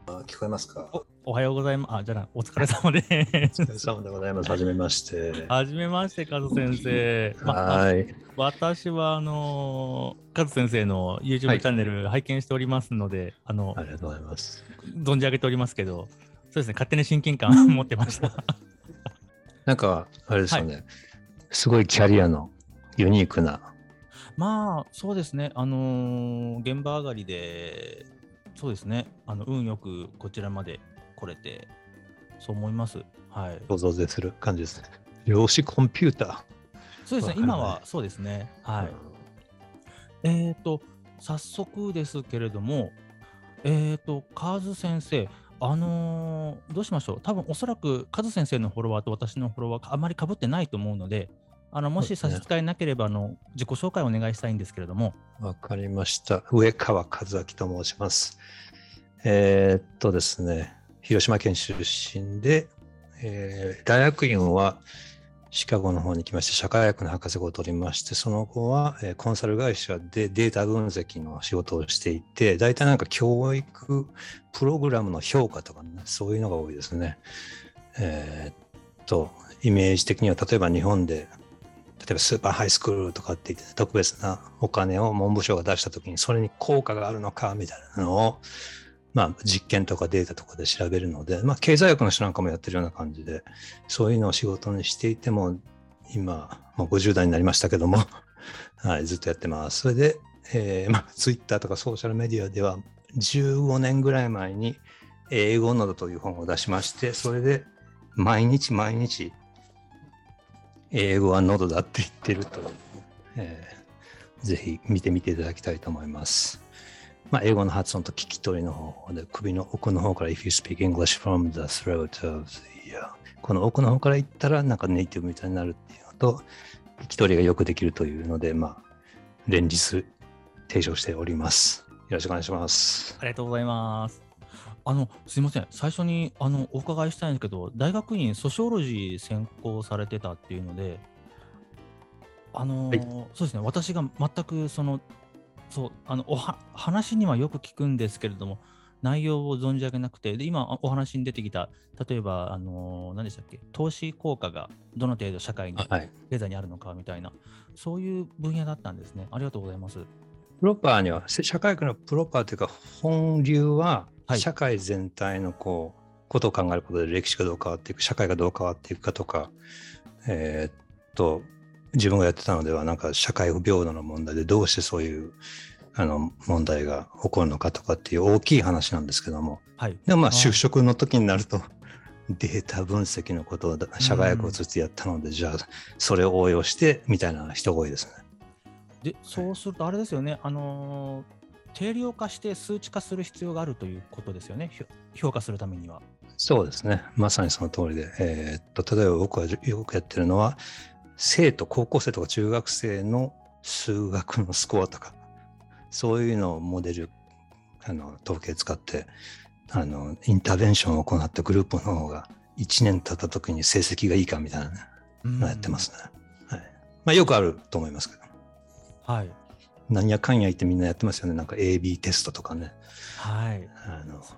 聞こえますか？ おはようございます。じゃあ、お疲れ様でお疲れす。 様でございます。はじめまして。 はじめまして、カズ先生。 はい。 私は、カズ先生のは YouTube い。 チャンネル拝見しておりますので、 ありがとうございます。 存じ上げておりますけど、そうですね、勝手に親近感持ってました。 なんか、あれですはい。 よね。すごいキャリアのユニークな。 そうですね、現場上がりで、そうですね、運よくこちらまで来れて、そう思います。はい。 想像でする感じですね。量子コンピューター。 そうですね、 わかるね。 今はそうですね。 うん、 はい。早速ですけれども、カズ先生、どうしましょう。多分おそらくカズ先生のフォロワーと私のフォロワーがあまり被ってないと思うので、もし差しそうですね。 支えなければ、自己紹介をお願いしたいんですけれども。 わかりました。上川和明と申します。ですね、広島県出身で、大学院はシカゴの方に来まして、社会学の博士号を取りまして、その後はコンサル会社でデータ分析の仕事をしていて、大体なんか教育プログラムの評価とかね、そういうのが多いですね。イメージ的には、例えば日本で、例えばスーパーハイスクールとかって言って特別なお金を文部省が出したときに、それに効果があるのかみたいなのを、実験とかデータとかで調べるので、経済学の人なんかもやってるような感じで、そういうのを仕事にしていても、今、もう50代になりましたけども、はい、ずっとやってます。それで、ツイッターとかソーシャルメディアでは、15年ぐらい前に、英語などという本を出しまして、それで毎日、英語は喉だって言ってるという、ぜひ見てみていただきたいと思います。英語の発音と聞き取りの方法で、首の奥の方から If you speak English from the throat of the ear この奥の方から言ったらなんかネイティブみたいになるっていうのと、聞き取りがよくできるというので、連日提唱しております。よろしくお願いします。 ありがとうございます。すいません、最初にお伺いしたいんですけど、大学院ソシオロジー専攻されてたっていうので、 はい。 そうですね、私が全くそう、話にはよく聞くんですけれども、内容を存じ上げなくて、で、今お話に出てきた、例えば、何でしたっけ、投資効果がどの程度社会に、 はい。 経済にあるのかみたいな、そういう分野だったんですね。ありがとうございます。 プロパーには、社会学のプロパーというか、本流は、 はい。 社会全体のことを考えることで歴史がどう変わっていく、社会がどう変わっていくかとか、えーっと、自分がやってたのでは、なんか社会不平等の問題でどうしてそういう問題が起こるのかとかっていう大きい話なんですけども、 はい。 でも就職の時になると、データ分析のことを社会学をずっとやったので、じゃあそれを応用してみたいな人が多いですね。 で、そうするとあれですよね、定量化して数値化する必要があるということですよね、評価するためには。 そうですね。まさにその通りで、例えば僕はよくやってるのは、高校生とか中学生の数学のスコアとか、そういうのをモデル、統計使って、インターベンションを行ったグループの方が1年経った時に成績がいいかみたいなのやってますね。はい。よくあると思いますけど。 はい。 なんやかんや言ってみんなやってますよね。なんか AB テストとかね。 はい。そう。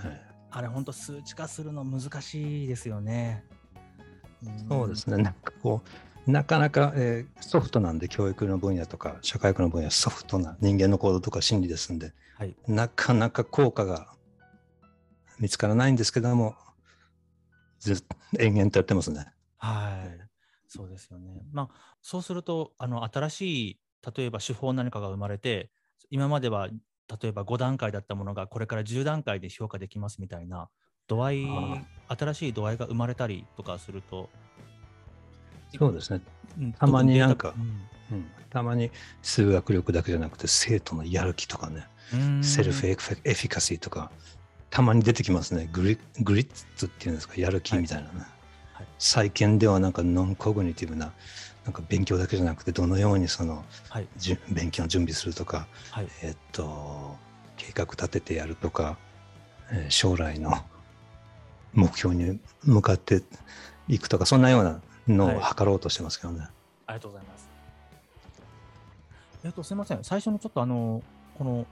はい、 あれ、本当数値化するの難しいですよね。 そうですね。なかなか、ソフトなんで教育の分野とか社会学の分野ソフトな人間の行動とか心理ですんで、 はい、 なかなか効果が見つからないんですけども、延々とやってますね。 はい。そうですよね。そうすると、新しい、例えば手法何かが生まれて、今までは、例えば5段階だったものが、これから10段階で評価できますみたいな、新しい度合いが生まれたりとかすると、 そうですね。たま特にデータ、 になんか、たまに数学力だけじゃなくて生徒のやる気とかね、セルフエフィカシーとか、たまに出てきますね。グリッツっていうんですか、やる気みたいなね。はい、再建ではなんかノンコグニティブな、なんか勉強だけじゃなくて、どのようにはい、 勉強の準備するとか、 はい、 計画立ててやるとか、将来の目標に向かっていくとか、そんなようなのを図ろうとしてますけどね。 ありがとうございます。すみません。最初にちょっとこの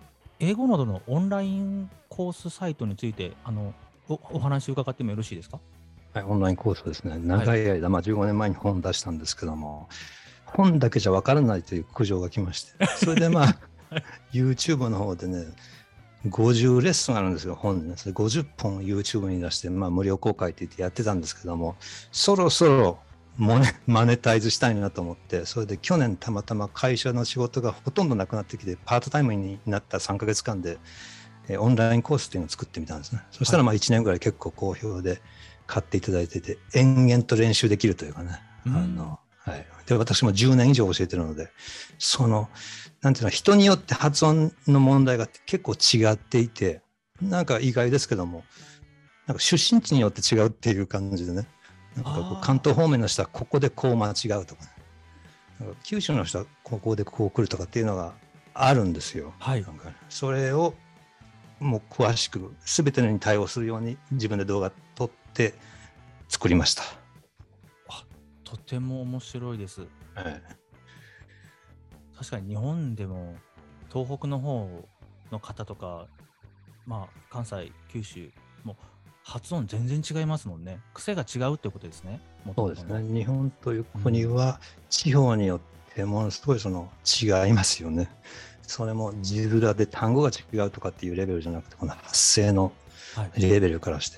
英語などのオンラインコースサイトについてお話を伺ってもよろしいですか？ はい、オンラインコースですね。 はい。 長い間、15年前に本出したんですけども、本だけじゃわからないという苦情が来まして、それではい。 YouTube の方でね、50レッスンあるんですよ、本ね。それ50本 YouTube に出して、無料公開って言ってやってたんですけども、そろそろマネタイズしたいなと思って、それで去年たまたま会社の仕事がほとんどなくなってきて、パートタイムになった3ヶ月間で、オンラインコースっていうのを作ってみたんですね。そしたら1年ぐらい結構好評で買っていただいてて、延々と練習できるというかね。はい、で私も10年以上教えてるので、なんていうの、人によって発音の問題が結構違っていて、なんか意外ですけども、なんか出身地によって違うっていう感じでね、なんか関東方面の人はここでこう間違うとか、ね、なんか九州の人はここでこう来るとかっていうのがあるんですよ。 はい。 なんかそれをもう詳しく全てのに対応するように自分で動画撮って作りました。 とても面白いです。 はい、 確かに日本でも東北の方の方とか、関西、九州も発音全然違いますもんね。癖が違うってことですね。 そうですね。日本という国は地方によってものすごい違いますよね。それも字面で単語が違うとかっていうレベルじゃなくて、この発声のレベルからして、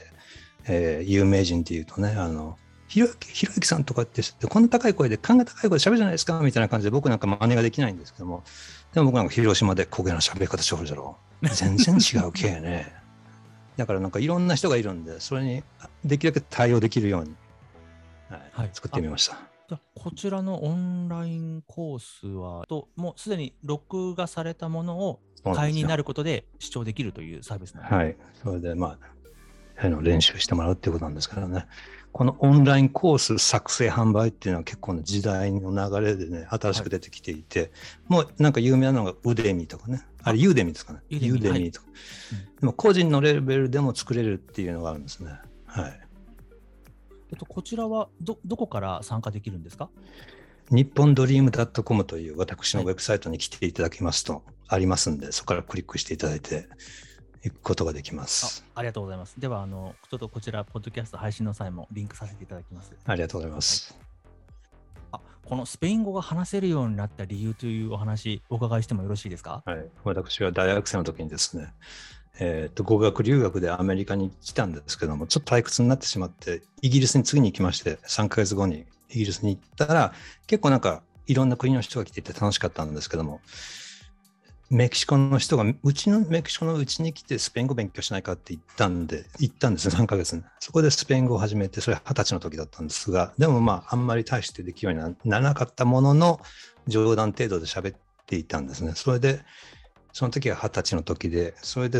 有名人っていうとね、ひろゆきさんとかってこんな高い声で、甲が高い声で喋るじゃないですかみたいな感じで、僕なんか真似ができないんですけども、でも僕なんか広島で焦げの喋り方しよるじゃろう。全然違う系ね。だからなんかいろんな人がいるんで、それにできるだけ対応できるように、作ってみました。 じゃこちらのオンラインコースはもうすでに録画されたものを会員になることで視聴できるというサービスなんです。 はい。それで練習してもらうっていうことなんですからね。このオンラインコース作成販売っていうのは結構な時代の流れでね、新しく出てきていて、もうなんか有名なのがウデミとかね。あれユーデミですかね。ユーデミとか。でも個人のレベルでも作れるっていうのがあるんですね。はい。 こちらはどこから参加できるんですか？ 日本ドリーム .com という私のウェブサイトに来ていただきますとありますんで、そこからクリックしていただいていくことができます。 ありがとうございます。ではちょっとこちらポッドキャスト配信の際もリンクさせていただきます。 ありがとうございます。 このスペイン語が話せるようになった理由というお話お伺いしてもよろしいですか？ はい、私は大学生の時にですね、語学留学でアメリカに来たんですけども、ちょっと退屈になってしまってイギリスに次に行きまして、3ヶ月後にイギリスに行ったら結構なんかいろんな国の人が来ていて楽しかったんですけども、メキシコの人がメキシコのうちに来てスペイン語勉強しないかって行ったんですね、3ヶ月、ね、そこでスペイン語を始めて、それは20歳の時だったんですが、でもあんまり大してできるようにならなかったものの、冗談程度で喋っていたんですね。それでその時は20歳の時で、それで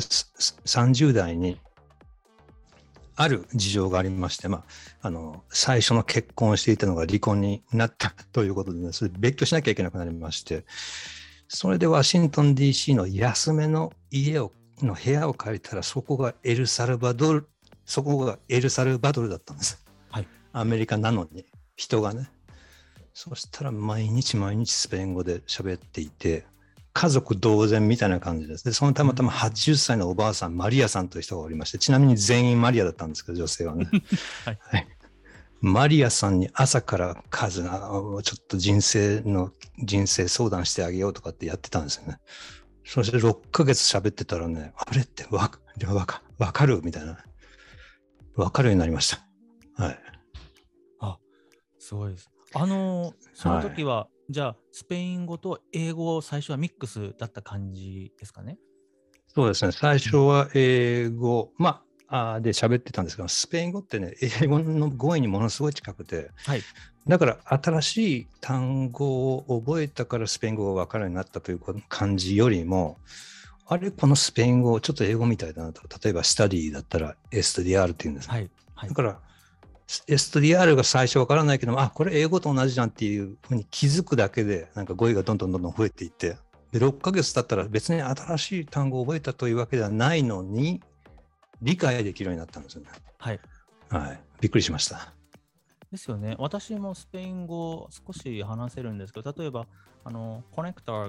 30代にある事情がありまして、最初の結婚をしていたのが離婚になったということで、ね、それで別居しなきゃいけなくなりまして、それでワシントン DC の安めのの部屋を借りたら、そこがエルサルバドルだったんです。 はい、 アメリカなのに人がね。そしたら毎日スペイン語で喋っていて、家族同然みたいな感じです。で、そのたまたま80歳のおばあさん、マリアさんという人がおりまして、ちなみに全員マリアだったんですけど、女性はね。はいはい、マリアさんに朝からちょっと人生相談してあげようとかってやってたんですよね。そして6ヶ月喋ってたらね、あれってわかるみたいな。わかるようになりました。はい。 すごいです。その時は、はい、じゃあスペイン語と英語最初はミックスだった感じですかね？ そうですね。最初は英語、で喋ってたんですが、スペイン語ってね、英語の語彙にものすごい近くて、 はい、 だから新しい単語を覚えたからスペイン語が分かるようになったという感じよりも、あれ、このスペイン語ちょっと英語みたいだなと。例えばスタディだったらエストディアールっていうんです、ね。 はいはい、 だからエストディアールが最初分からないけども、これ英語と同じじゃんっていうふうに気づくだけで、なんか語彙がどんどん増えていって、で6ヶ月経ったら別に新しい単語を覚えたというわけではないのに理解できるようになったんですよね。 はい。 はい。びっくりしました。 ですよね。私もスペイン語少し話せるんですけど、例えばコネクターが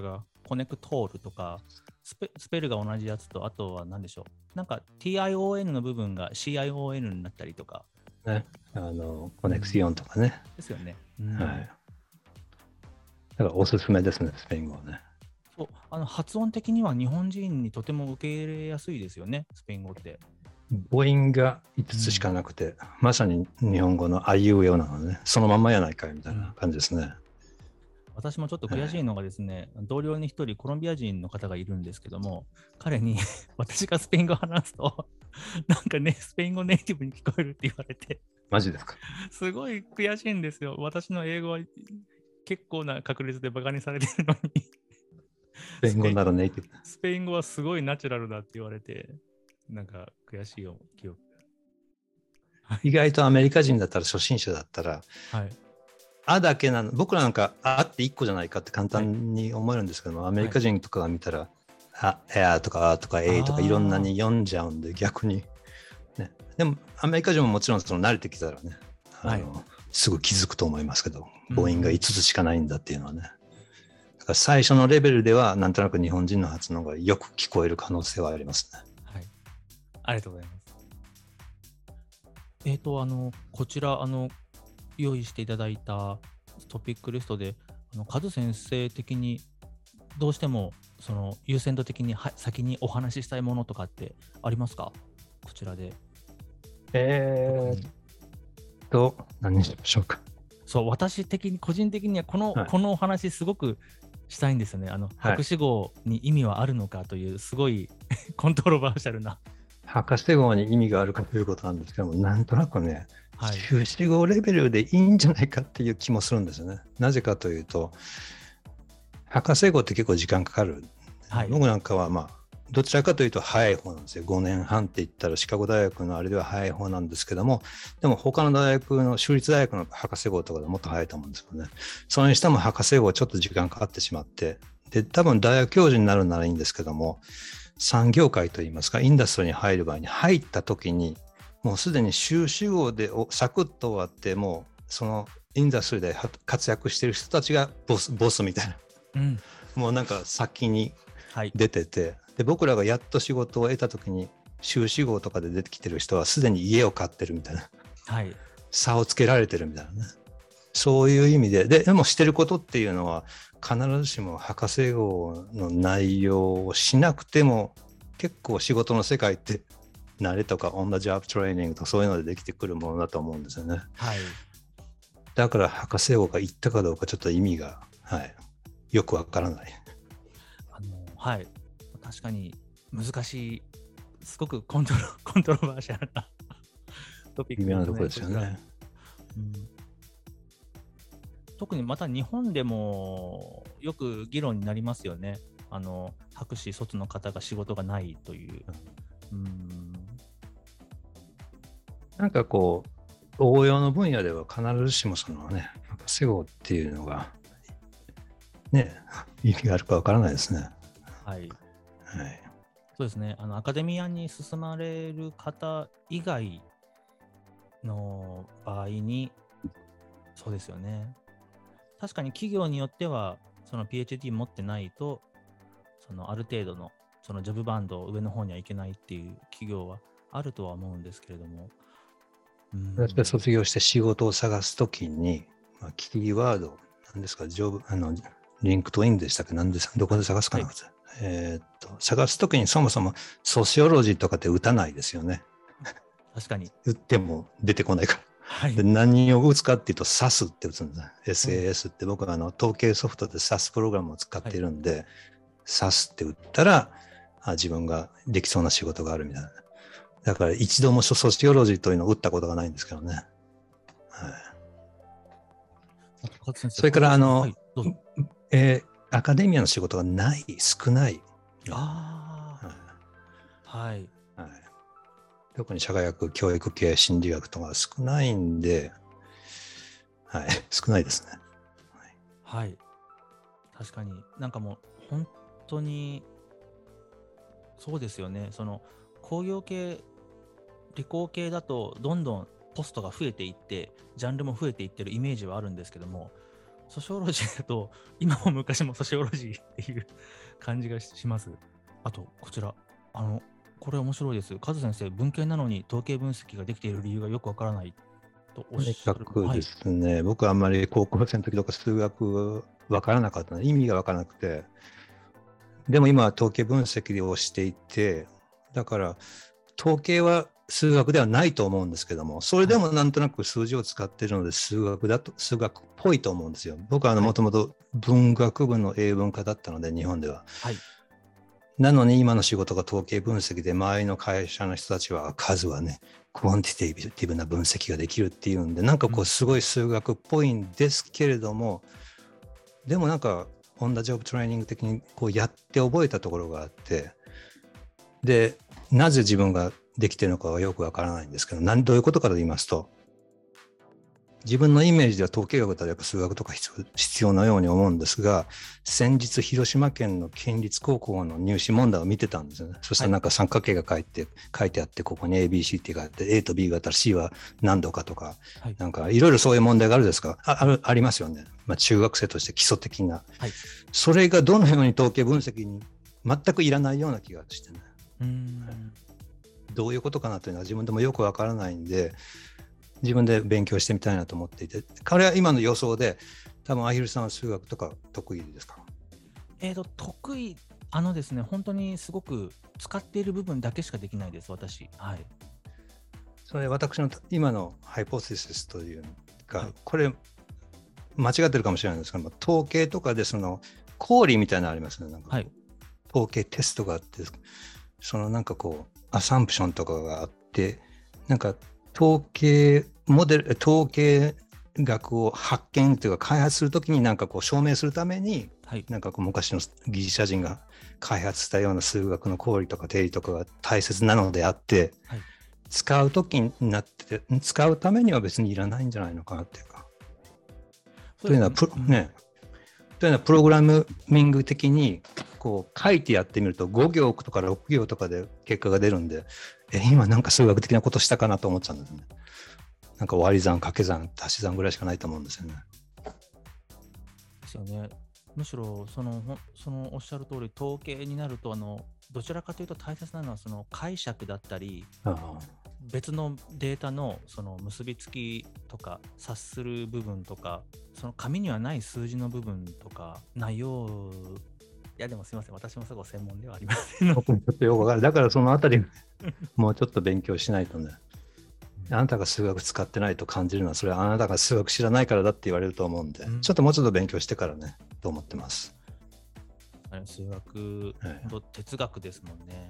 コネクトールとかスペルが同じやつと、あとは何でしょう、なんか TION の部分が CION になったりとか、 ね、コネクションとかね、 ですよね。 はい。だからおすすめですね、スペイン語はね。 そう、発音的には日本人にとても受け入れやすいですよね、スペイン語って。 母音が5つしかなくて、まさに日本語のあいうえおなのね、そのまんまやないかいみたいな感じですね。 私もちょっと悔しいのがですね、同僚に一人コロンビア人の方がいるんですけども、彼に私がスペイン語を話すと、なんかね、スペイン語ネイティブに聞こえるって言われて、 マジですか？ すごい悔しいんですよ。私の英語は結構な確率でバカにされてるのにスペイン語ならネイティブ。 スペイン語はすごいナチュラルだって言われて、なんか悔しいよ記憶。 意外とアメリカ人だったら、初心者だったら、 はい、 あだけなの、僕らなんかあって1個じゃないかって簡単に思えるんですけども、アメリカ人とかが見たら、エアとかあとかエとかいろんなに読んじゃうんで、逆に、ね。でもアメリカ人ももちろん慣れてきたらね、すぐ気づくと思いますけど、母音が5つしかないんだっていうのはね。だから最初のレベルではなんとなく日本人の発音がよく聞こえる可能性はありますね。 はい、ありがとうございます。こちら用意していただいたトピックリストで、カズ先生的にどうしてもその優先度的に先にお話ししたいものとかってありますか？こちらで。 何にしましょうか。 そう、私的に個人的にはこのお話すごくしたいんですよね。博士号に意味はあるのかというすごいコントロバーシャルな。 博士号に意味があるかということなんですけども、なんとなくね、修士号レベルでいいんじゃないかっていう気もするんですよね。なぜかというと、博士号って結構時間かかる。僕なんかはどちらかというと早い方なんですよ。5年半って言ったらシカゴ大学のあれでは早い方なんですけども、でも他の大学の州立大学の博士号とかでもっと早いと思うんですよね。それにしても博士号はちょっと時間かかってしまって、で、多分大学教授になるならいいんですけども、産業界といいますか、インダストリーに入る場合に入った時に、もうすでに修士号でサクッと終わって、もうそのインダストリーで活躍している人たちがボスみたいな、もうなんか先に出てて、で僕らがやっと仕事を得た時に修士号とかで出てきてる人はすでに家を買ってるみたいな、差をつけられてるみたいなね、そういう意味でもしてることっていうのは必ずしも博士号の内容をしなくても結構仕事の世界って慣れとかオンダジョブトレーニングとかそういうのでできてくるものだと思うんですよね。だから博士号が言ったかどうかちょっと意味が、よくわからない。 確かに難しい、すごくコントロバーシャルなトピックですね。 微妙なところですよね。 特にまた日本でもよく議論になりますよね。博士卒の方が仕事がないという。 なんかこう応用の分野では必ずしもそのね博士号っていうのがね意味があるかわからないですね。 そうですね。アカデミアに進まれる方以外の場合にそうですよね。確かに企業によってはその PhD 持ってないとそのある程度のそのジョブバンド上の方にはいけないっていう企業はあるとは思うんですけれども、 私が卒業して仕事を探すときに、キーワードなんですか、リンクトインでしたっけ、なんですどこで探すかな、探すときにそもそもソシオロジーとかって打たないですよね。 確かに打っても出てこないから。で何を打つかっていうと SAS って打つんです。SAS って僕は統計ソフトで SAS プログラムを使っているんで、SAS って打ったら自分ができそうな仕事があるみたいな。だから一度もソシオロジーというのを打ったことがないんですけどね。それからアカデミアの仕事が少ない。特に社会学、教育系、心理学とか少ないんで、少ないですね。 確かになんかもう本当にそうですよね。その工業系、理工系だとどんどんポストが増えていってジャンルも増えていってるイメージはあるんですけども、 ソシオロジーだと、今も昔もソシオロジーっていう感じがします。あと、こちら、これ面白いです。カズ先生、文系なのに統計分析ができている理由がよくわからないとおっとにしゃる。 かくですね、僕はあんまり高校生の時とか数学分からなかったので、意味が分からなくて、でも今は統計分析をしていて、だから統計は数学ではないと思うんですけども、それでもなんとなく数字を使っているので数学っぽいと思うんですよ。僕はもともと文学部の英文科だったので、日本では。 はい。 なのに今の仕事が統計分析で、周りの会社の人たちは数はね、クオンティティブな分析ができるっていうんで、なんかこうすごい数学っぽいんですけれども、でもなんかオンダジョブトレーニング的にこうやって覚えたところがあって、で、なぜ自分ができているのかはよくわからないんですけど、どういうことかと言いますと、自分のイメージでは統計学だとやっぱ数学とか必要なように思うんですが、先日広島県の県立高校の入試問題を見てたんですよね。そしたらなんか三角形が書いてあって、ここに ABC って書いて、A と B があったら C は何度かとか、なんかいろいろそういう問題があるですか、ありますよね。中学生として基礎的な。それがどのように統計分析に全くいらないような気がしてね。どういうことかなというのは自分でもよくわからないんで、自分で勉強してみたいなと思っていて、彼は今の予想で、多分アヒルさんは数学とか得意ですか？ 得意、ですね、本当にすごく使っている部分だけしかできないです、私。はい。 それ私の今のハイポテシスというか、これ間違ってるかもしれないんですけど、統計とかでその公理みたいなのありますね。なんか統計テストがあって、そのなんかこうアサンプションとかがあって、なんか統計学を発見というか開発するときになんかこう証明するために、なんかこう昔のギリシャ人が開発したような数学の公理とか定理とかが大切なのであって、使うときになってて、使うためには別にいらないんじゃないのかなっていうか。というのはプログラミング的にこう書いてやってみると5行とか6行とかで結果が出るんで、今なんか数学的なことしたかなと思っちゃうんですね。なんか割り算掛け算足し算ぐらいしかないと思うんですよね。 ですよね。むしろそのおっしゃる通り、統計になるとどちらかというと大切なのはその解釈だったり、別のデータのその結びつきとか察する部分とか、その紙にはない数字の部分とか内容、いやでもすみません、私もそこ専門ではありません。 僕もちょっとよくわからない。だからそのあたりもうちょっと勉強しないとね。あなたが数学使ってないと感じるのは、それはあなたが数学知らないからだって言われると思うんで、ちょっともうちょっと勉強してからねと思ってます。 数学、哲学ですもんね。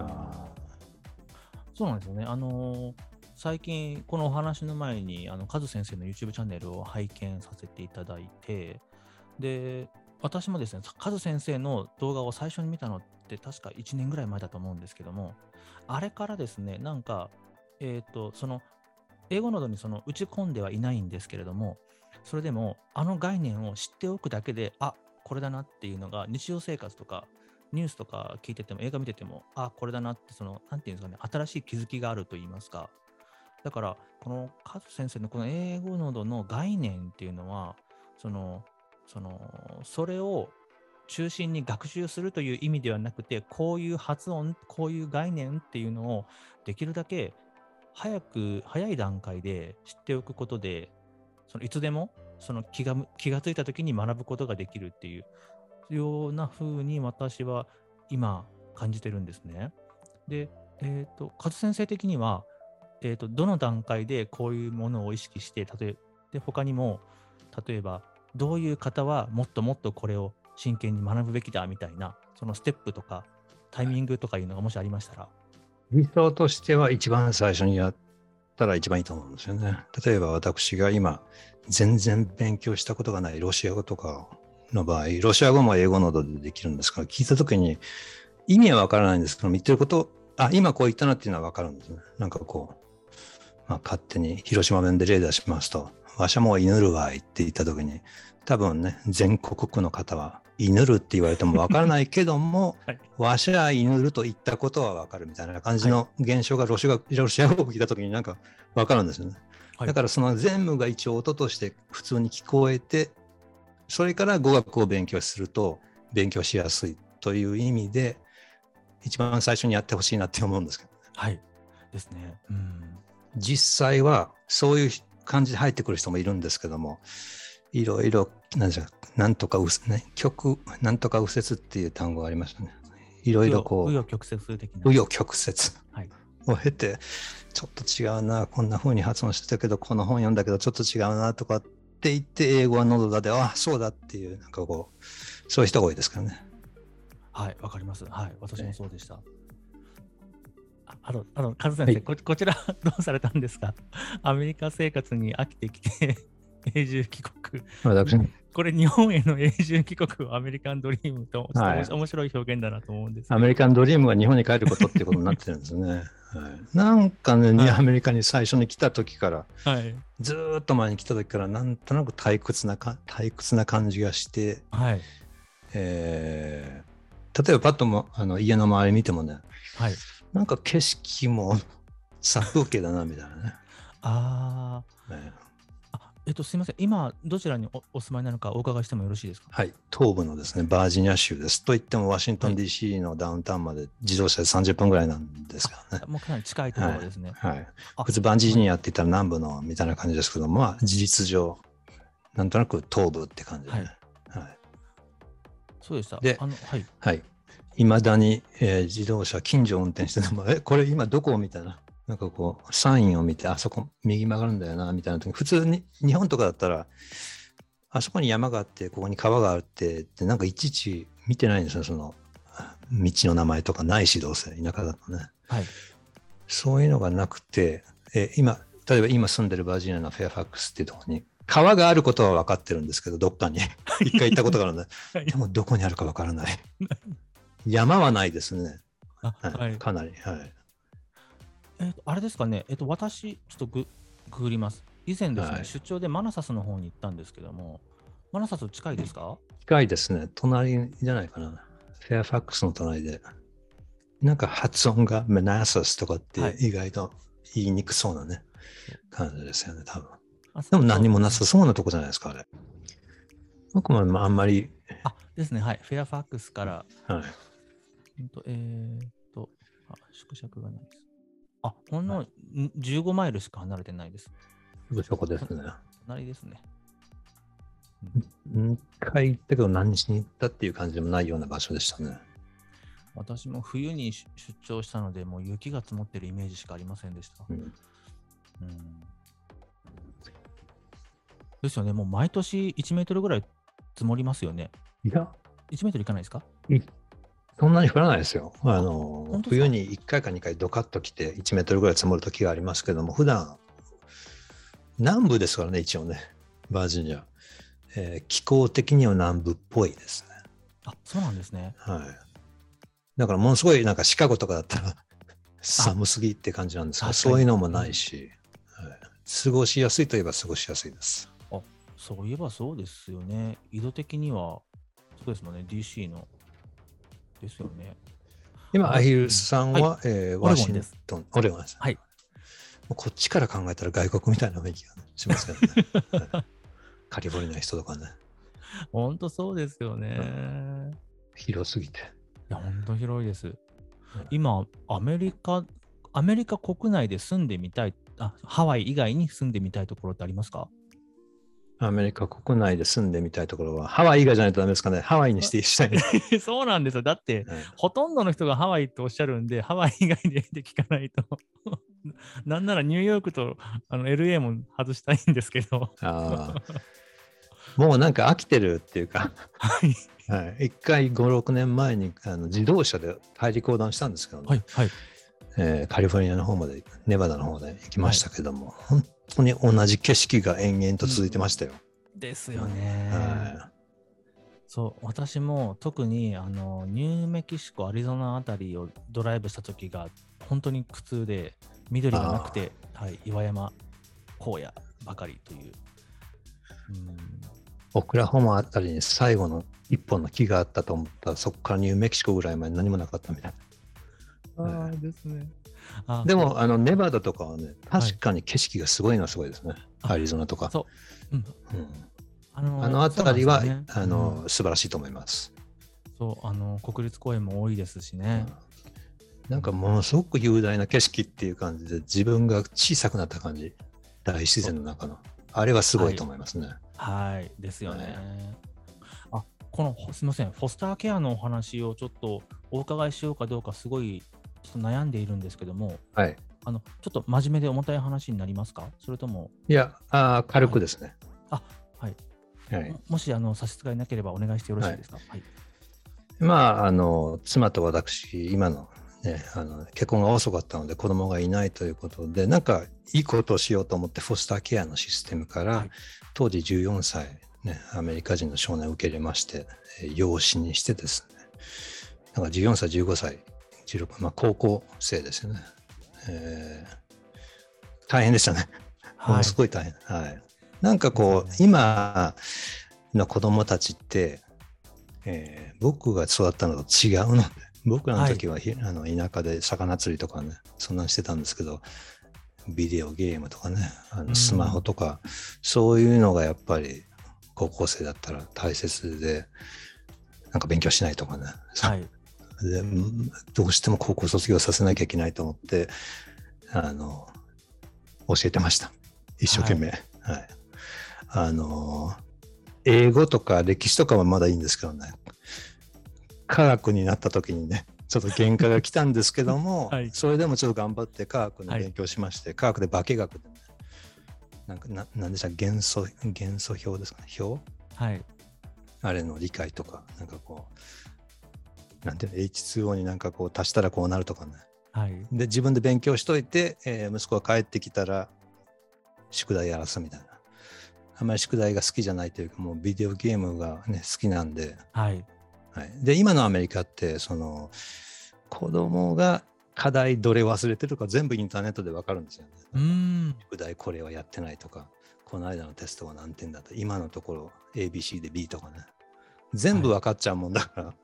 そうなんですよね。最近このお話の前にカズ先生の YouTube チャンネルを拝見させていただいて、で私もですね、カズ先生の動画を最初に見たのって確か1年ぐらい前だと思うんですけども、あれからですね、なんかその英語などに打ち込んではいないんですけれども、それでも概念を知っておくだけで、これだなっていうのが日常生活とかニュースとか聞いてても映画見てても、これだなってなんていうんですかね、新しい気づきがあると言いますか。だからこのカズ先生のこの英語などの概念っていうのは、それを中心に学習するという意味ではなくて、こういう発音、こういう概念っていうのをできるだけ早い段階で知っておくことで、いつでも気がついたときに学ぶことができるっていうような風に私は今感じてるんですね。で、カズ先生的には、どの段階でこういうものを意識して、他にも例えばどういう方はもっともっとこれを真剣に学ぶべきだみたいな、そのステップとかタイミングとかいうのがもしありましたら。 理想としては一番最初にやったら一番いいと思うんですよね。例えば私が今全然勉強したことがないロシア語とかの場合、ロシア語も英語などでできるんですから、聞いたときに意味はわからないんですけど、言ってること、今こう言ったなっていうのはわかるんですね。なんかこう、勝手に広島弁で例出しますと、わしゃもう祈るわいって言ったときに、多分ね、全国区の方は祈るって言われてもわからないけども、わしゃ祈ると言ったことはわかるみたいな感じの現象がロシア語を聞いたときになんかわかるんですよね。だからその全部が一応音として普通に聞こえて、 それから語学を勉強すると勉強しやすいという意味で一番最初にやってほしいなって思うんですけど、 はいですね。 実際はそういう感じで入ってくる人もいるんですけども、いろいろなんとかなんとか右折っていう単語がありましたね。いろいろこう紆余曲折的な。 紆余曲折はいを経て、ちょっと違うな、こんな風に発音してたけど、この本読んだけどちょっと違うなとかって言って、英語は喉だで、あ、そうだっていう、なんかこう、そういう人が多いですからね。 はい、わかります。はい、私もそうでした。カズ先生、こちらどうされたんですか？アメリカ生活に飽きてきて永住帰国。これ日本への永住帰国はアメリカンドリームと面白い表現だなと思うんですけど、 アメリカンドリームが日本に帰ることっていうことになってるんですね。はい、なんかね、アメリカに最初に来た時から、ずーっと前に来た時からなんとなく退屈な感じがして、 はい例えばパッとも家の周り見てもね、 はい、 なんか景色も殺風景だなみたいなね。 すみません、今どちらにお住まいなのかお伺いしてもよろしいですか？ はい、東部のですね、バージニア州です。といってもワシントン DC のダウンタウンまで自動車で30分ぐらいなんですからね。 もうかなり近いところですね。 はい。普通バージニアって言ったら南部のみたいな感じですけども、まあ事実上なんとなく東部って感じで、ね。はい。 そうでした。 で、はい。いまだに、自動車近所を運転してても、これ今どこみたいな。なんかこう、サインを見て、あそこ右曲がるんだよな、みたいな時、普通に日本とかだったら、あそこに山があって、ここに川があってって、なんかいちいち見てないんですよ、その道の名前とかないし、どうせ、田舎だとね。 はい。 そういうのがなくて、例えば今住んでるバージニアのフェアファックスっていうところに、川があることは分かってるんですけど、どっかに。一回行ったことがあるので、でもどこにあるか分からない。山はないですね。かなり。はい。 あれですかね、私、ちょっとググります。以前ですね、出張でマナサスの方に行ったんですけども、マナサス近いですか？ 近いですね。隣じゃないかな。フェアファックスの隣で。なんか発音がマナサスとかって意外と言いにくそうなね、感じですよね、多分。でも何もなさそうなとこじゃないですか、あれ。僕もあんまり。 ですね、はい。フェアファックスから、 はい。 縮尺がないです。ほんの15マイルしか離れてないです。 そこですね。 隣ですね。 一回行ったけど何しに行ったっていう感じでもないような場所でしたね。 私も冬に出張したので、もう雪が積もってるイメージしかありませんでした。ですよね、もう毎年1メートルぐらい積もりますよね。 いや、 1メートルいかないですか？ そんなに降らないですよ。冬に1回か2回ドカッと来て1メートルぐらい積もる時がありますけども、普段南部ですからね、一応ね、バージニア。気候的には南部っぽいですね。 そうなんですね。 はい。だからものすごいなんかシカゴとかだったら寒すぎって感じなんですけど、そういうのもないし、過ごしやすいといえば過ごしやすいです。 そういえばそうですよね。緯度的には、そうですもんね、DC の。ですよね。 今、アヒルさんは、ワシントン、オレゴンです。 はい。 こっちから考えたら外国みたいな雰囲気がしますけどね。カリフォルニアの人とかね。 本当そうですよね。 広すぎて。 いや、本当広いです。今、アメリカ国内で住んでみたい、ハワイ以外に住んでみたいところってありますか？ アメリカ国内で住んでみたいところは、ハワイ以外じゃないとダメですかね。ハワイにしてしたい。 そうなんですよ。だって、ほとんどの人がハワイっておっしゃるんで、ハワイ以外で聞かないと。なんならニューヨークとLA も外したいんですけど。 もうなんか飽きてるっていうか、一回5、6年前に自動車で大陸横断したんですけどね。カリフォルニアの方まで、ネバダの方で行きましたけども、本当に同じ景色が延々と続いてましたよ。 ですよね。そう、私も特にニューメキシコ、アリゾナあたりをドライブした時が本当に苦痛で、緑がなくて、岩山荒野ばかりという。 オクラホマあたりに最後の一本の木があったと思ったら、そこからニューメキシコぐらいまで何もなかったみたいな。 ですね。 でもネバダとかはね、確かに景色がすごいのはすごいですね。アリゾナとか。 あのあそうたりは、 なんですよね。 素晴らしいと思います。 そう、国立公園も多いですしね。 なんかものすごく雄大な景色っていう感じで、自分が小さくなった感じ、大自然の中の。あれはすごいと思いますね。 はい、ですよね。すみません、フォスターケアのお話をちょっとお伺いしようかどうか、すごいちょっと悩んでいるんですけども、 はい。 ちょっと真面目で重たい話になりますか？それとも。 いや、軽くですね。 はい。 はい。 もし差し支えなければお願いしてよろしいですか？はい。 まあ、妻と私、今のね、結婚が遅かったので子供がいないということで、なんかいいことをしようと思ってフォスターケアのシステムから、当時14歳、ね、アメリカ人の少年を受け入れまして、養子にしてですね、なんか14歳、15歳、16、高校生ですよね。大変でしたね。ものすごい大変。はい。なんかこう、今の子供たちって、僕が育ったのと違うので、僕らの時は、田舎で魚釣りとかね、そんなんしてたんですけど、ビデオゲームとかね、スマホとか、そういうのがやっぱり高校生だったら大切で、なんか勉強しないとかね、でどうしても高校卒業させなきゃいけないと思って、教えてました。一生懸命。英語とか歴史とかはまだいいんですけどね、科学になった時にね、ちょっと限界が来たんですけども、それでもちょっと頑張って科学の勉強しまして、科学で化学でね、なんでした元素表ですかね、表、あれの理解とか、なんかこう、なんていうの、H2O になんかこう足したらこうなるとかね。で、自分で勉強しといて、息子が帰ってきたら、宿題やらすみたいな。あんまり宿題が好きじゃないというか、もうビデオゲームがね、好きなんで、で、今のアメリカって、子供が課題どれ忘れてるか全部インターネットで分かるんですよね。宿題これはやってないとか、この間のテストは何点だと、今のところ ABC で B とかね。全部分かっちゃうもんだから、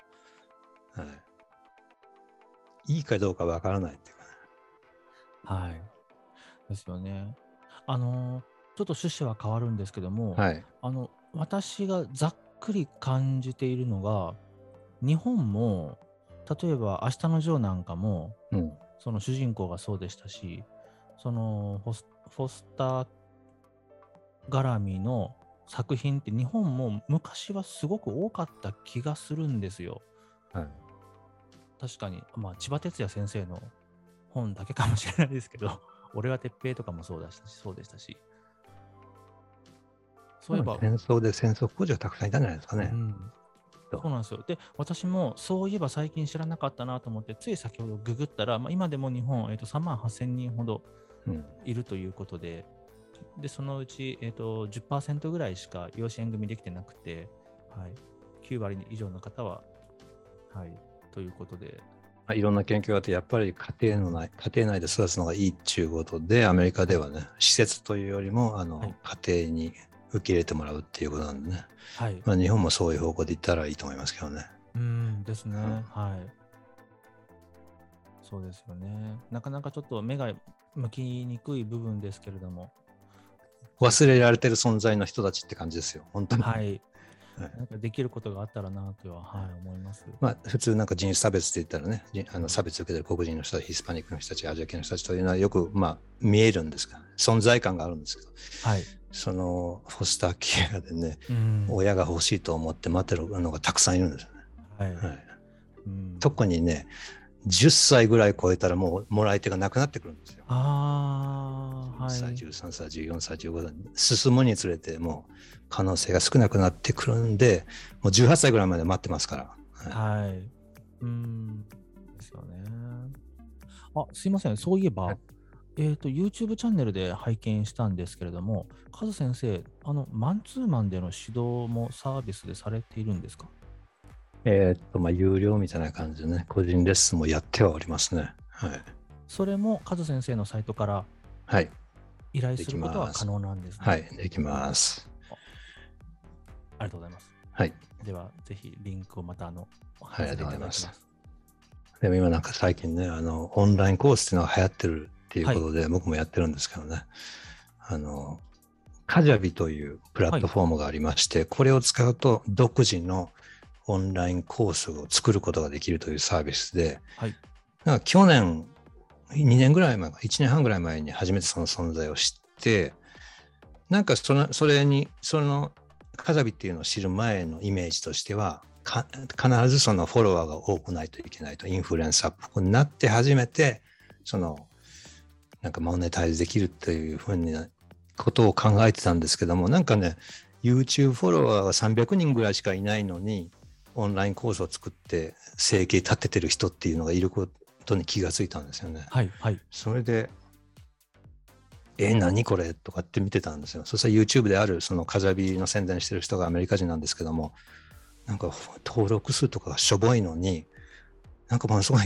いいかどうか分からないっていうかね。ですよね。ちょっと趣旨は変わるんですけども、私がざっくり感じているのが、日本も例えば明日のジョーなんかも、その主人公がそうでしたし、そのフォスター絡みの作品って日本も昔はすごく多かった気がするんですよ。確かに、千葉哲也先生の本だけかもしれないですけど、俺は鉄平とかもそうでしたし。 そういえば戦争で戦争工事がたくさんいたんじゃないですかね。 そうなんですよ。で、私もそういえば最近知らなかったなと思って、つい先ほどググったら、今でも日本、3万8000人ほどいるということで、でそのうち、10% ぐらいしか養子縁組できてなくて、9割以上の方は、ということで。 いろんな研究があって、やっぱり家庭内で育つのがいいっていうことで、アメリカではね、施設というよりも家庭に受け入れてもらうっていうことなんでね、日本もそういう方向でいったらいいと思いますけどね。 ですね。そうですよね。なかなかちょっと目が向きにくい部分ですけれども。 忘れられてる存在の人たちって感じですよ、本当に。 なんかできることがあったらなとは、思います。 普通なんか人種差別って言ったらね、差別を受けてる黒人の人たち、ヒスパニックの人たち、アジア系の人たちというのはよく見えるんですが、存在感があるんですけど、そのフォスターケアでね、親が欲しいと思って待ってるのがたくさんいるんですよね。特にね、10歳ぐらい超えたらもうもらい手がなくなってくるんですよ。10歳、13歳、14歳、15歳、進むにつれてもう可能性が少なくなってくるんで、もう18歳ぐらいまで待ってますから。 ですよね。すいません、そういえば、YouTube チャンネルで拝見したんですけれども、カズ先生、マンツーマンでの指導もサービスでされているんですか？ 有料みたいな感じでね、個人レッスンもやってはおりますね。 それもカズ先生のサイトから依頼することは可能なんですね。 できます。 ありがとうございます。では、ぜひリンクをまたありがとうございます。でも今なんか最近ね、オンラインコースっていうのが流行ってるっていうことで、僕もやってるんですけどね。 カジャビというプラットフォームがありまして、これを使うと独自のオンラインコースを作ることができるというサービスで、なんか去年、2年ぐらい前、1年半ぐらい前に初めてその存在を知って、なんかそのカジャビっていうのを知る前のイメージとしては、必ずそのフォロワーが多くないといけないと、インフルエンサーっぽくなって初めて、なんかモネタイズできるというふうなことを考えてたんですけども、なんかね、YouTube フォロワーが300人ぐらいしかいないのに、オンラインコースを作って生計立ててる人っていうのがいることに気がついたんですよね。それで、何これとかって見てたんですよ。そしたら YouTube であるそのカジャビの宣伝してる人がアメリカ人なんですけども、なんか登録数とかがしょぼいのに、なんかものすごい、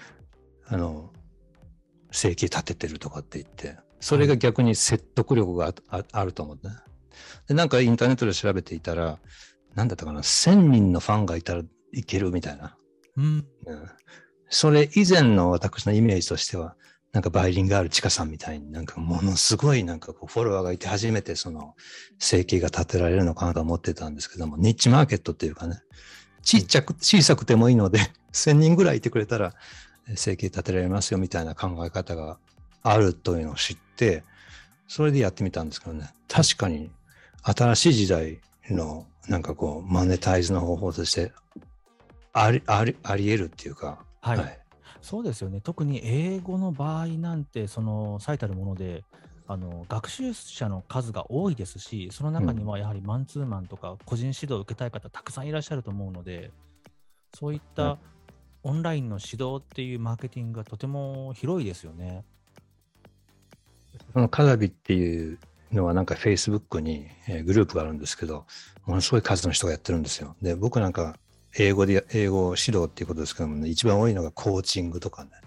生計立ててるとかって言って、それが逆に説得力があると思って、ね。で、なんかインターネットで調べていたら、なんだったかな、1000人のファンがいたらいけるみたいな。それ以前の私のイメージとしては、なんかバイリンガールチカさんみたいになんかものすごいなんかこうフォロワーがいて初めてその生計が立てられるのかなと思ってたんですけども、ニッチマーケットっていうかね、小さくてもいいので1000人ぐらいいてくれたら生計立てられますよみたいな考え方があるというのを知って、それでやってみたんですけどね、確かに新しい時代のなんかこうマネタイズの方法としてあり得るっていうか、 そうですよね。特に英語の場合なんて、その最たるもので、学習者の数が多いですし、その中にはやはりマンツーマンとか個人指導を受けたい方たくさんいらっしゃると思うので、そういったオンラインの指導っていうマーケティングがとても広いですよね。 このカジャビっていうのはなんか Facebook にグループがあるんですけど、ものすごい数の人がやってるんですよ。で、僕なんか英語指導っていうことですけどもね、一番多いのがコーチングとかね、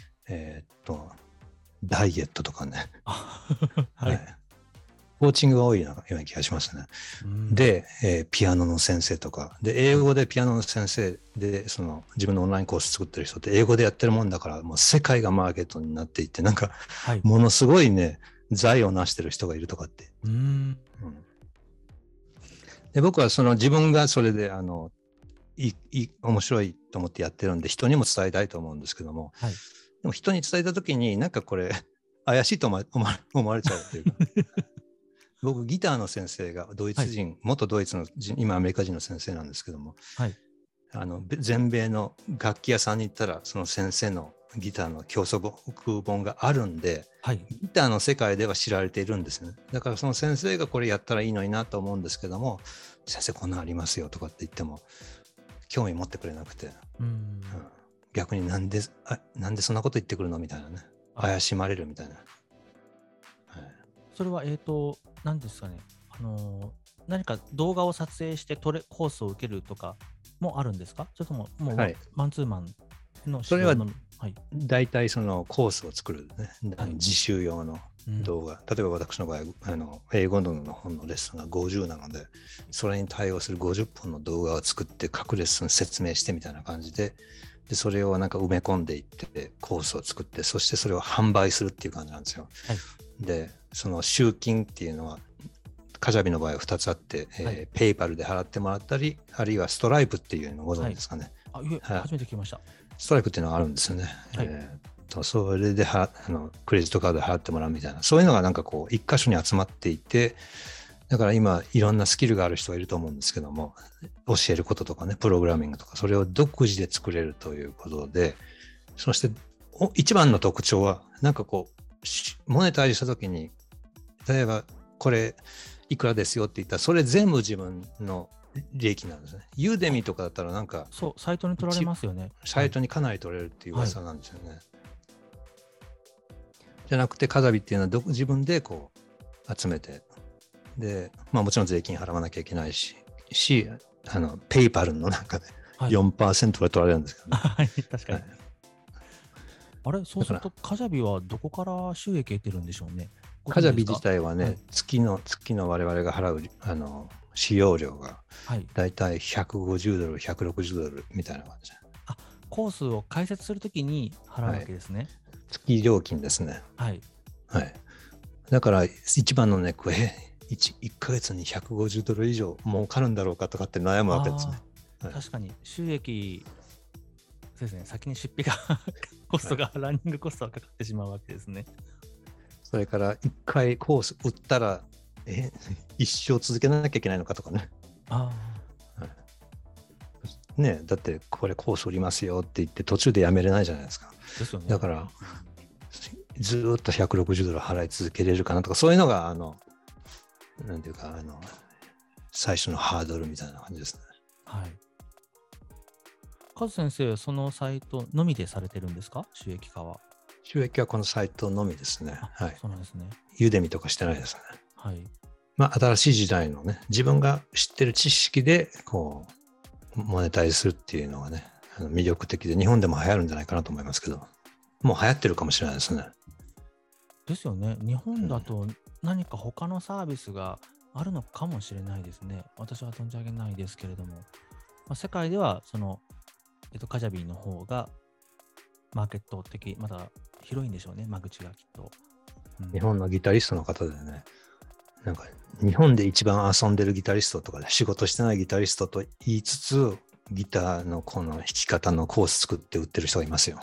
ダイエットとかね、コーチングが多いような気がしますね。で、ピアノの先生とかで、英語でピアノの先生でその自分のオンラインコース作ってる人って英語でやってるもんだから、もう世界がマーケットになっていって、なんかものすごいね、財を成してる人がいるとかって。で、僕はその自分がそれで面白いと思ってやってるんで、人にも伝えたいと思うんですけども、でも人に伝えたときに、なんかこれ、怪しいと思われちゃうっていうか。僕、ギターの先生がドイツ人、元ドイツの、今アメリカ人の先生なんですけども、全米の楽器屋さんに行ったら、その先生のギターの教則本があるんで、ギターの世界では知られているんですね。だからその先生がこれやったらいいのになと思うんですけども、先生こんなんありますよとかって言っても、興味持ってくれなくて、逆になんでそんなこと言ってくるのみたいなね、怪しまれるみたいな。 それは何ですかね、何か動画を撮影してコースを受けるとかもあるんですか？それとももうマンツーマンのそれは大体そのコースを作るね、自習用の動画、例えば私の場合英語の本のレッスンが50なので、それに対応する50本の動画を作って各レッスン説明してみたいな感じで、それをなんか埋め込んでいってコースを作って、そしてそれを販売するっていう感じなんですよ。で、その集金っていうのはカジャビの場合は2つあって、ペイパルで払ってもらったり、あるいはストライプっていうのをご存知ですかね。 初めて聞きました。 ストライプっていうのがあるんですよね。それでクレジットカードで払ってもらうみたいな、そういうのがなんかこう一箇所に集まっていて、だから今いろんなスキルがある人がいると思うんですけども、教えることとかね、プログラミングとか、それを独自で作れるということで、そして一番の特徴はなんかこうモネタイズしたときに、例えばこれいくらですよって言ったら、それ全部自分の利益なんですね。ユーデミとかだったらなんか、 サイトに取られますよね。 サイトにかなり取れるっていう噂なんですよね。じゃなくて、カジャビっていうのは自分でこう集めて、で、もちろん税金払わなきゃいけないし、ペイパルの中で 4% は取られるんですけどね。 確かに。あれ、そうするとカジャビはどこから収益得てるんでしょうね。 カジャビ自体はね、月の我々が払う使用料がだいたい150ドル、160ドルみたいな感じ。 コースを開設するときに払うわけですね。 月料金ですね。だから一番のネックは 1ヶ月に$150以上儲かるんだろうかとかって悩むわけですね。はい、 確かに収益、そうですね、先に出費がコストが、ランニングコストがかかってしまうわけですね。 それから1回コース売ったら一生続けなきゃいけないのかとかね。ね、だってこれコース売りますよって言って途中でやめれないじゃないですか。 ですよね。 だからずーっと$160払い続けれるかなとか、そういうのがなんていうか最初のハードルみたいな感じですね。 はい。カズ先生、そのサイトのみでされてるんですか、収益化は。 収益はこのサイトのみですね。はい。 そうなんですね。 ユデミとかしてないですね。 はい。 まあ、新しい時代のね、自分が知ってる知識で、こう、モネタイズするっていうのがね、魅力的で、日本でも流行るんじゃないかなと思いますけど、もう流行ってるかもしれないですね。 ですよね。日本だと何か他のサービスがあるのかもしれないですね。私は存じ上げないですけれども、世界ではその、カジャビーの方がマーケット的、まだ広いんでしょうね、間口がきっと。 日本のギタリストの方でね、なんか日本で一番遊んでるギタリストとかで仕事してないギタリストと言いつつ、ギターのこの弾き方のコース作って売ってる人がいますよ。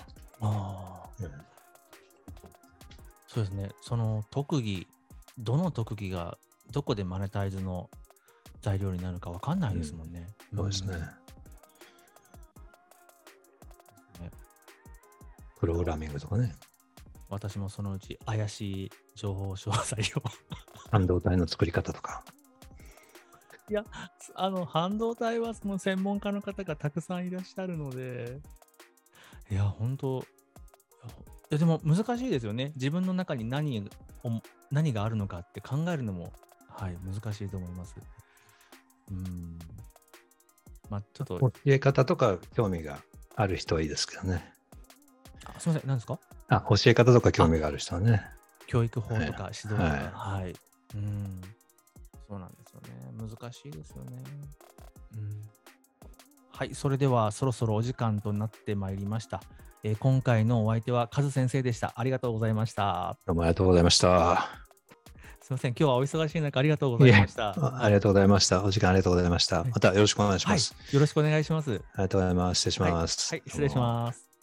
そうですね。その特技、どの特技がどこでマネタイズの材料になるか分かんないですもんね。 そうですね。プログラミングとかね。 私もそのうち怪しい情報詳細を半導体の作り方とか。 いや、半導体はその専門家の方がたくさんいらっしゃるので、いや、本当、でも難しいですよね。自分の中に何があるのかって考えるのも、はい、難しいと思います。まあ、ちょっと。 教え方とか興味がある人はいいですけどね。 すみません、何ですか？ 教え方とか興味がある人はね。 教育法とか指導とか、はい。そうなんですよね。難しいですよね。はい、それではそろそろお時間となってまいりました。今回のお相手はカズ先生でした。ありがとうございました。 どうもありがとうございました。 すみません、今日はお忙しい中ありがとうございました。 ありがとうございました。お時間ありがとうございました。またよろしくお願いします。 よろしくお願いします。ありがとうございます。失礼します。 はい、失礼します。